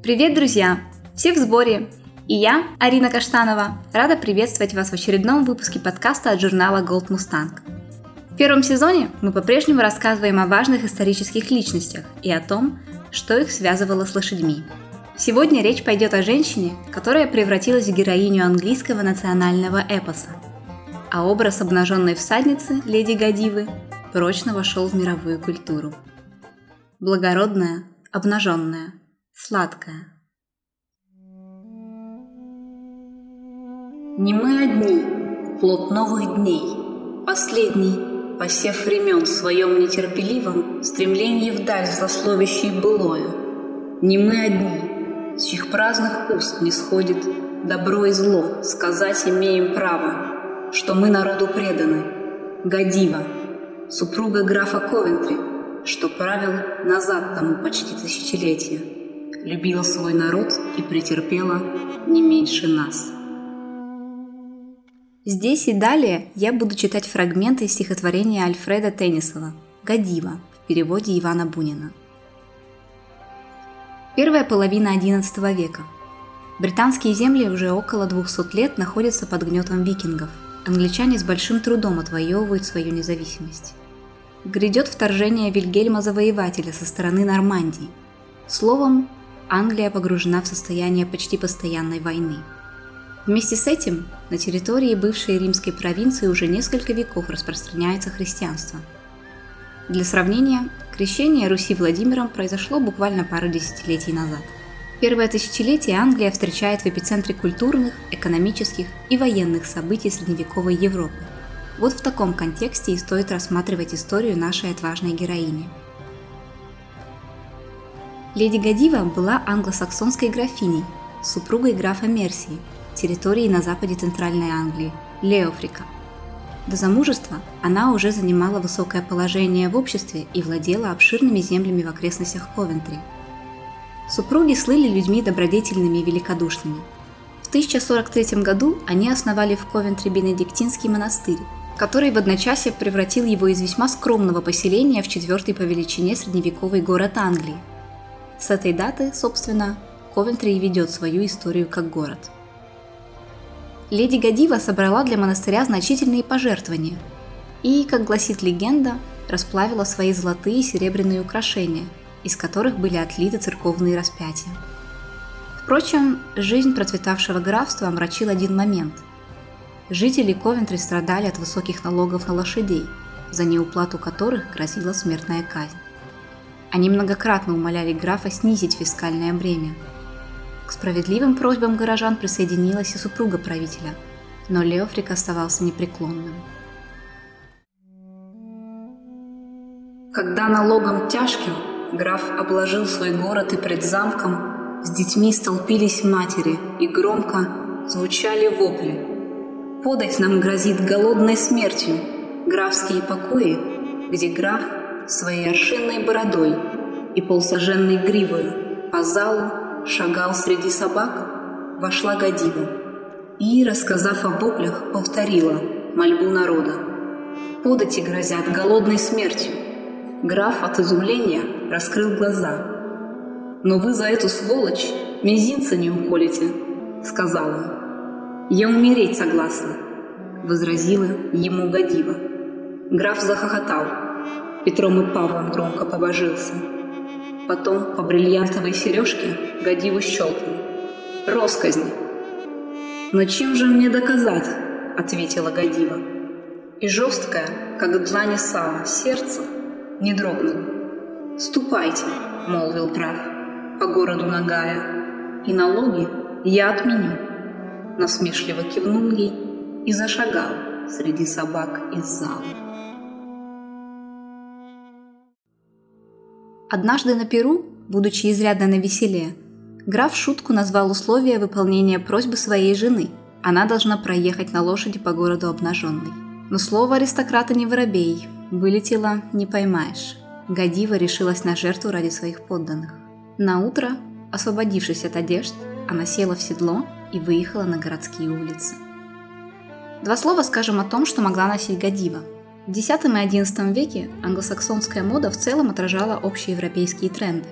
Привет, друзья! Все в сборе! И я, Арина Каштанова, рада приветствовать вас в очередном выпуске подкаста от журнала Gold Mustang. В первом сезоне мы по-прежнему рассказываем о важных исторических личностях и о том, что их связывало с лошадьми. Сегодня речь пойдет о женщине, которая превратилась в героиню английского национального эпоса, а образ обнаженной всадницы, леди Годивы, прочно вошел в мировую культуру. Благородная, обнаженная, сладкая. Не мы одни, плод новых дней, последний, посев времен в своем нетерпеливом стремлении вдаль злословящей былое. Не мы одни, с чьих праздных уст не сходит добро и зло, сказать имеем право, что мы народу преданы. Годива, супруга графа Ковентри, что правил назад тому почти тысячелетие, любила свой народ и претерпела не меньше нас. Здесь и далее я буду читать фрагменты из стихотворения Альфреда Теннисона «Годива» в переводе Ивана Бунина. Первая половина XI века. Британские земли уже около 200 лет находятся под гнетом викингов. Англичане с большим трудом отвоевывают свою независимость. Грядет вторжение Вильгельма Завоевателя со стороны Нормандии. Словом, Англия погружена в состояние почти постоянной войны. Вместе с этим на территории бывшей римской провинции уже несколько веков распространяется христианство. Для сравнения, крещение Руси Владимиром произошло буквально пару десятилетий назад. Первое тысячелетие Англия встречает в эпицентре культурных, экономических и военных событий средневековой Европы. Вот в таком контексте и стоит рассматривать историю нашей отважной героини. Леди Годива была англосаксонской графиней, супругой графа Мерсии, территории на западе Центральной Англии, Леофрика. До замужества она уже занимала высокое положение в обществе и владела обширными землями в окрестностях Ковентри. Супруги слыли людьми добродетельными и великодушными. В 1043 году они основали в Ковентри Бенедиктинский монастырь, который в одночасье превратил его из весьма скромного поселения в четвертый по величине средневековый город Англии. С этой даты, собственно, Ковентри и ведет свою историю как город. Леди Годива собрала для монастыря значительные пожертвования и, как гласит легенда, расплавила свои золотые и серебряные украшения, из которых были отлиты церковные распятия. Впрочем, жизнь процветавшего графства омрачил один момент. Жители Ковентри страдали от высоких налогов на лошадей, за неуплату которых грозила смертная казнь. Они многократно умоляли графа снизить фискальное бремя. К справедливым просьбам горожан присоединилась и супруга правителя, но Леофрик оставался непреклонным. Когда налогом тяжким граф обложил свой город и пред замком с детьми столпились матери и громко звучали вопли. Подать нам грозит голодной смертью графские покои, где граф своей аршинной бородой и полсоженной гривою по залу шагал среди собак, вошла Годива и, рассказав о воплях, повторила мольбу народа. Подати грозят голодной смертью. Граф от изумления раскрыл глаза. «Но вы за эту сволочь мизинца не уколите», — сказал он. «Я умереть согласна», — возразила ему Годива. Граф захохотал. Петром и Павлом громко побожился. Потом по бриллиантовой сережке Годиву щелкнул. «Росказни!» «Но чем же мне доказать?» — ответила Годива. И жесткое, как длани сала, сердце не дрогнуло. «Ступайте», — молвил граф, по городу нагая, «и налоги я отменю». Насмешливо кивнул ей и зашагал среди собак из зала. Однажды на Перу, будучи изрядно навеселе, граф в шутку назвал условия выполнения просьбы своей жены. Она должна проехать на лошади по городу обнаженной. Но слово аристократа не воробей, вылетело не поймаешь. Годива решилась на жертву ради своих подданных. Наутро, освободившись от одежд, она села в седло и выехала на городские улицы. Два слова скажем о том, что могла носить Годива. В X и XI веке англосаксонская мода в целом отражала общеевропейские тренды.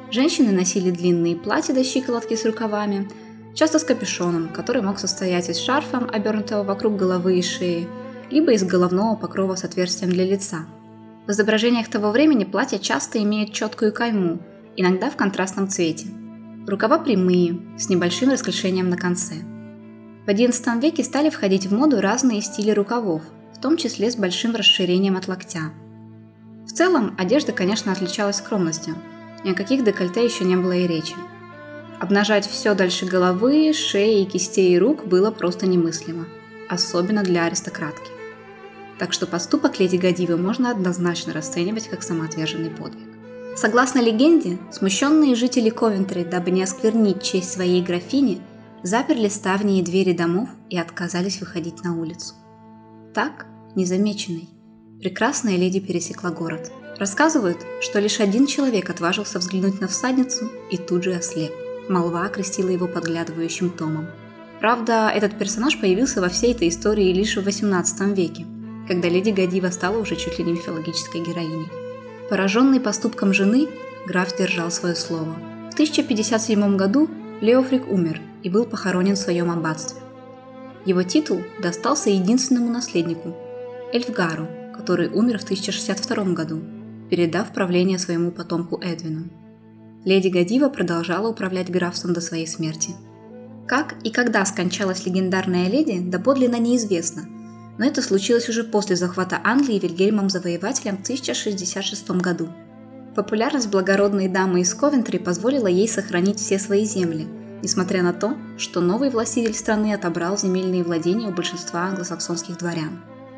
Женщины носили длинные платья до щиколотки с рукавами, часто с капюшоном, который мог состоять из шарфа, обернутого вокруг головы и шеи, либо из головного покрова с отверстием для лица. В изображениях того времени платья часто имеют четкую кайму, иногда в контрастном цвете. Рукава прямые, с небольшим расклешением на конце. В XI веке стали входить в моду разные стили рукавов, в том числе с большим расширением от локтя. В целом, одежда, конечно, отличалась скромностью, ни о каких декольте еще не было и речи. Обнажать все дальше головы, шеи, кистей и рук было просто немыслимо, особенно для аристократки. Так что поступок леди Годивы можно однозначно расценивать как самоотверженный подвиг. Согласно легенде, смущенные жители Ковентри, дабы не осквернить честь своей графини, заперли ставни и двери домов и отказались выходить на улицу. Так, незамеченной, прекрасная леди пересекла город. Рассказывают, что лишь один человек отважился взглянуть на всадницу и тут же ослеп. Молва окрестила его подглядывающим Томом. Правда, этот персонаж появился во всей этой истории лишь в XVIII веке, когда леди Годива стала уже чуть ли не мифологической героиней. Пораженный поступком жены, граф держал свое слово. В 1057 году Леофрик умер и был похоронен в своем аббатстве. Его титул достался единственному наследнику – Эльфгару, который умер в 1062 году, передав правление своему потомку Эдвину. Леди Годива продолжала управлять графством до своей смерти. Как и когда скончалась легендарная леди, доподлинно неизвестно, но это случилось уже после захвата Англии Вильгельмом Завоевателем в 1066 году. Популярность благородной дамы из Ковентри позволила ей сохранить все свои земли, несмотря на то, что новый властитель страны отобрал земельные владения у большинства англосаксонских дворян.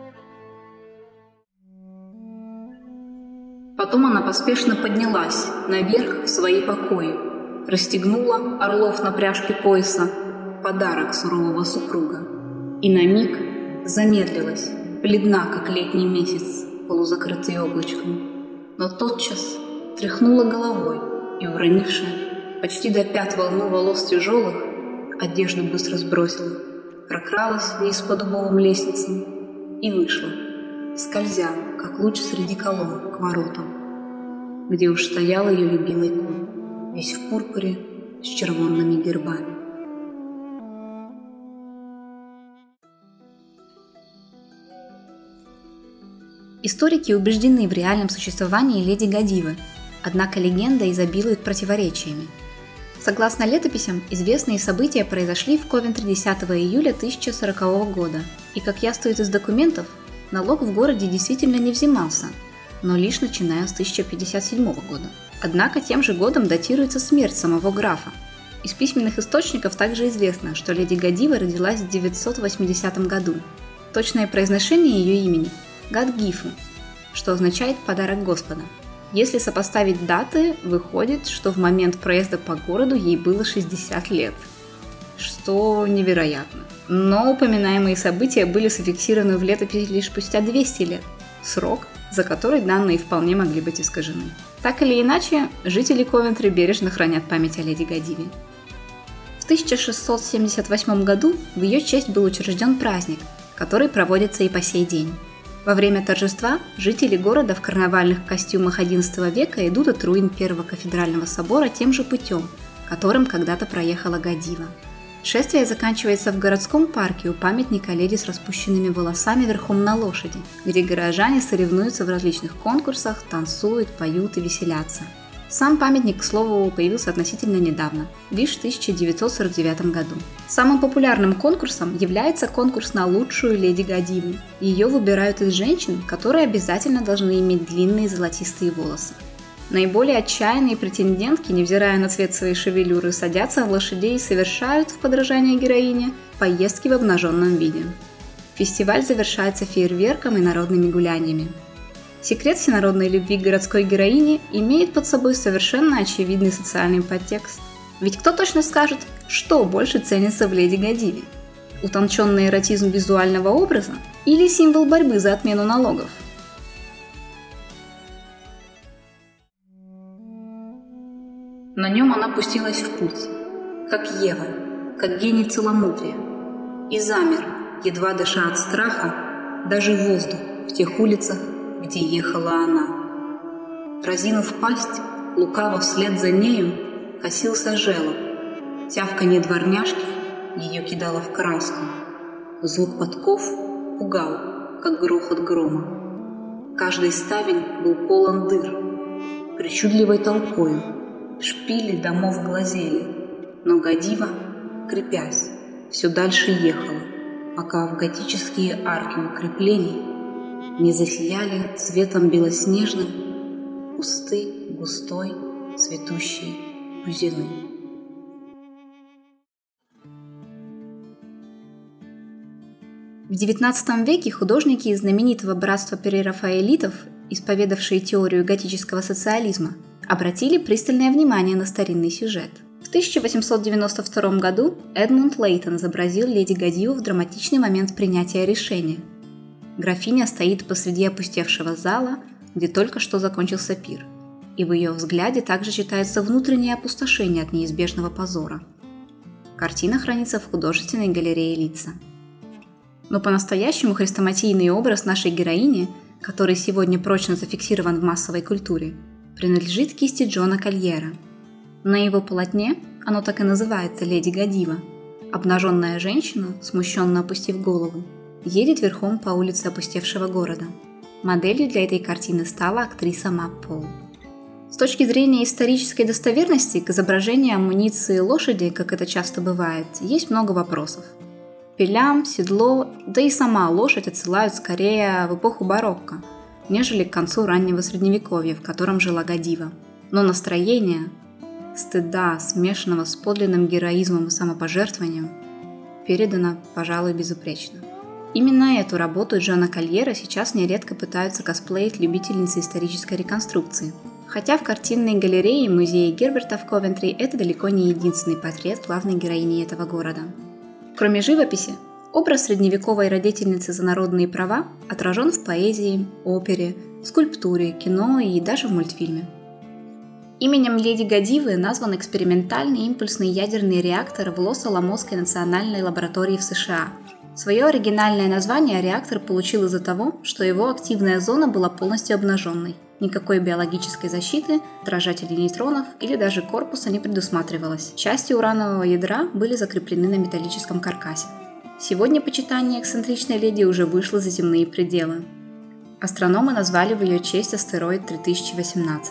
Потом она поспешно поднялась наверх в свои покои, расстегнула орлов на пряжке пояса, подарок сурового супруга, и на миг замедлилась, бледна, как летний месяц, полузакрытый облачком, но тотчас тряхнула головой и, уронившая почти до пят волну волос тяжелых, одежду быстро сбросила, прокралась вниз по дубовым лестницам и вышла, скользя, как луч среди колонн, к воротам, где уж стоял ее любимый конь, весь в пурпуре с червонными гербами. Историки убеждены в реальном существовании леди Годивы, однако легенда изобилует противоречиями. Согласно летописям, известные события произошли в Ковентри 10 июля 1040 года, и, как яствует из документов, налог в городе действительно не взимался, но лишь начиная с 1057 года. Однако тем же годом датируется смерть самого графа. Из письменных источников также известно, что леди Годива родилась в 980 году. Точное произношение ее имени – Гадгифу, что означает «подарок Господа». Если сопоставить даты, выходит, что в момент проезда по городу ей было 60 лет, что невероятно. Но упоминаемые события были зафиксированы в летописи лишь спустя 200 лет, срок, за который данные вполне могли быть искажены. Так или иначе, жители Ковентри бережно хранят память о леди Годиве. В 1678 году в ее честь был учрежден праздник, который проводится и по сей день. Во время торжества жители города в карнавальных костюмах XI века идут от руин Первого кафедрального собора тем же путем, которым когда-то проехала Годива. Шествие заканчивается в городском парке у памятника леди с распущенными волосами верхом на лошади, где горожане соревнуются в различных конкурсах, танцуют, поют и веселятся. Сам памятник, к слову, появился относительно недавно, лишь в 1949 году. Самым популярным конкурсом является конкурс на лучшую леди Годиву. Ее выбирают из женщин, которые обязательно должны иметь длинные золотистые волосы. Наиболее отчаянные претендентки, невзирая на цвет своей шевелюры, садятся на лошадей и совершают, в подражание героине, поездки в обнаженном виде. Фестиваль завершается фейерверком и народными гуляниями. Секрет всенародной любви к городской героине имеет под собой совершенно очевидный социальный подтекст. Ведь кто точно скажет, что больше ценится в леди Годиве? Утонченный эротизм визуального образа или символ борьбы за отмену налогов? На нем она пустилась в путь, как Ева, как гений целомудрия, и замер, едва дыша от страха, даже воздух в тех улицах, где ехала она. Разинув пасть, лукаво вслед за нею косился желоб. Тявканье дворняжки ее кидало в краску. Звук подков пугал, как грохот грома. Каждый ставень был полон дыр. Причудливой толпою шпили домов глазели, но Гадива, крепясь, все дальше ехала, пока в готические арки укреплений не засияли цветом белоснежным кусты густой цветущей бузины. В XIX веке художники из знаменитого братства прерафаэлитов, исповедавшие теорию готического социализма, обратили пристальное внимание на старинный сюжет. В 1892 году Эдмунд Лейтон изобразил леди Гадиву в драматичный момент принятия решения. Графиня стоит посреди опустевшего зала, где только что закончился пир, и в ее взгляде также читается внутреннее опустошение от неизбежного позора. Картина хранится в художественной галерее Лидса. Но по-настоящему хрестоматийный образ нашей героини, который сегодня прочно зафиксирован в массовой культуре, принадлежит кисти Джона Кольера. На его полотне, оно так и называется «Леди Гадива», обнаженная женщина, смущенно опустив голову, едет верхом по улице опустевшего города. Моделью для этой картины стала актриса Мап Пол. С точки зрения исторической достоверности к изображению амуниции лошади, как это часто бывает, есть много вопросов. Пелям, седло, да и сама лошадь отсылают скорее в эпоху барокко, нежели к концу раннего средневековья, в котором жила Гадива. Но настроение стыда, смешанного с подлинным героизмом и самопожертвованием, передано, пожалуй, безупречно. Именно эту работу Джона Кольера сейчас нередко пытаются косплеить любительницы исторической реконструкции. Хотя в картинной галерее музея Герберта в Ковентри это далеко не единственный портрет главной героини этого города. Кроме живописи, образ средневековой родительницы за народные права отражен в поэзии, опере, скульптуре, кино и даже в мультфильме. Именем леди Гадивы назван экспериментальный импульсный ядерный реактор в Лос-Аламосской национальной лаборатории в США. Свое оригинальное название реактор получил из-за того, что его активная зона была полностью обнаженной. Никакой биологической защиты, отражателей нейтронов или даже корпуса не предусматривалось. Части уранового ядра были закреплены на металлическом каркасе. Сегодня почитание эксцентричной леди уже вышло за земные пределы. Астрономы назвали в ее честь астероид 3018.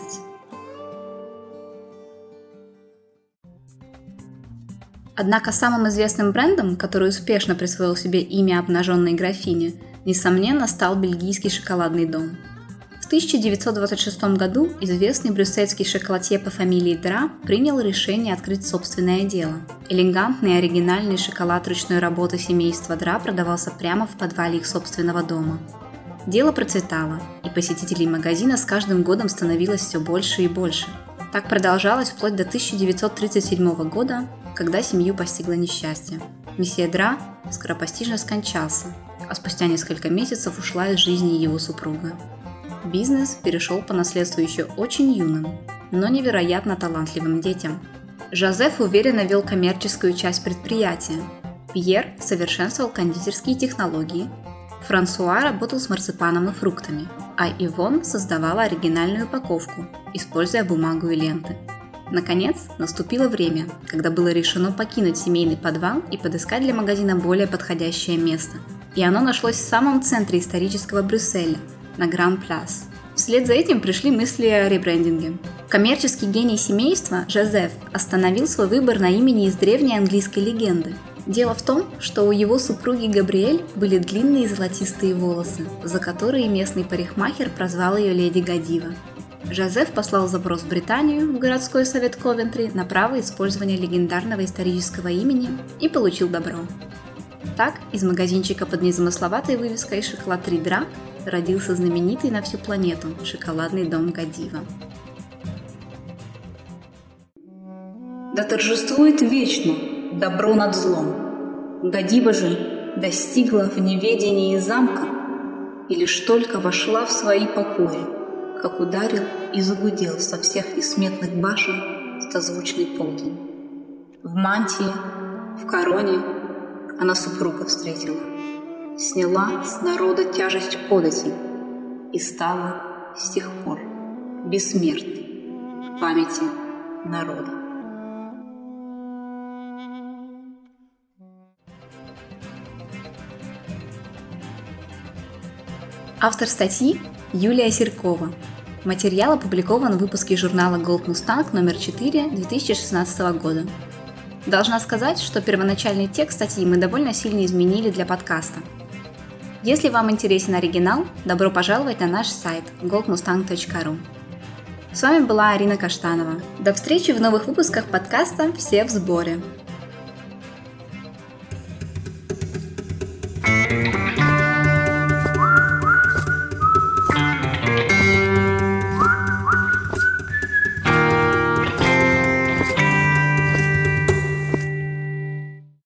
Однако самым известным брендом, который успешно присвоил себе имя обнаженной графини, несомненно, стал бельгийский шоколадный дом. В 1926 году известный брюссельский шоколадье по фамилии Дра принял решение открыть собственное дело. Элегантный и оригинальный шоколад ручной работы семейства Дра продавался прямо в подвале их собственного дома. Дело процветало, и посетителей магазина с каждым годом становилось все больше и больше. Так продолжалось вплоть до 1937 года, когда семью постигло несчастье. Месье Дра скоропостижно скончался, а спустя несколько месяцев ушла из жизни его супруга. Бизнес перешел по наследству еще очень юным, но невероятно талантливым детям. Жозеф уверенно вел коммерческую часть предприятия. Пьер совершенствовал кондитерские технологии. Франсуа работал с марципаном и фруктами, а Ивон создавала оригинальную упаковку, используя бумагу и ленты. Наконец, наступило время, когда было решено покинуть семейный подвал и подыскать для магазина более подходящее место. И оно нашлось в самом центре исторического Брюсселя, на Гран-Пляс. Вслед за этим пришли мысли о ребрендинге. Коммерческий гений семейства, Жозеф, остановил свой выбор на имени из древней английской легенды. Дело в том, что у его супруги Габриэль были длинные золотистые волосы, за которые местный парикмахер прозвал ее леди Гадива. Жозеф послал запрос в Британию, в городской совет Ковентри, на право использования легендарного исторического имени и получил добро. Так, из магазинчика под незамысловатой вывеской «Шоколад Дра» родился знаменитый на всю планету шоколадный дом Гадива. Да торжествует вечно добро над злом. Гадива же достигла в неведении замка и лишь только вошла в свои покои, как ударил и загудел со всех несметных башен стозвучный полдень. В мантии, в короне она супруга встретила, сняла с народа тяжесть податей и стала с тех пор бессмертной. памяти народа. Автор статьи – Юлия Серкова. Материал опубликован в выпуске журнала Gold Mustang номер 4 2016 года. Должна сказать, что первоначальный текст статьи мы довольно сильно изменили для подкаста. Если вам интересен оригинал, добро пожаловать на наш сайт goldmustang.ru. С вами была Арина Каштанова. До встречи в новых выпусках подкаста «Все в сборе».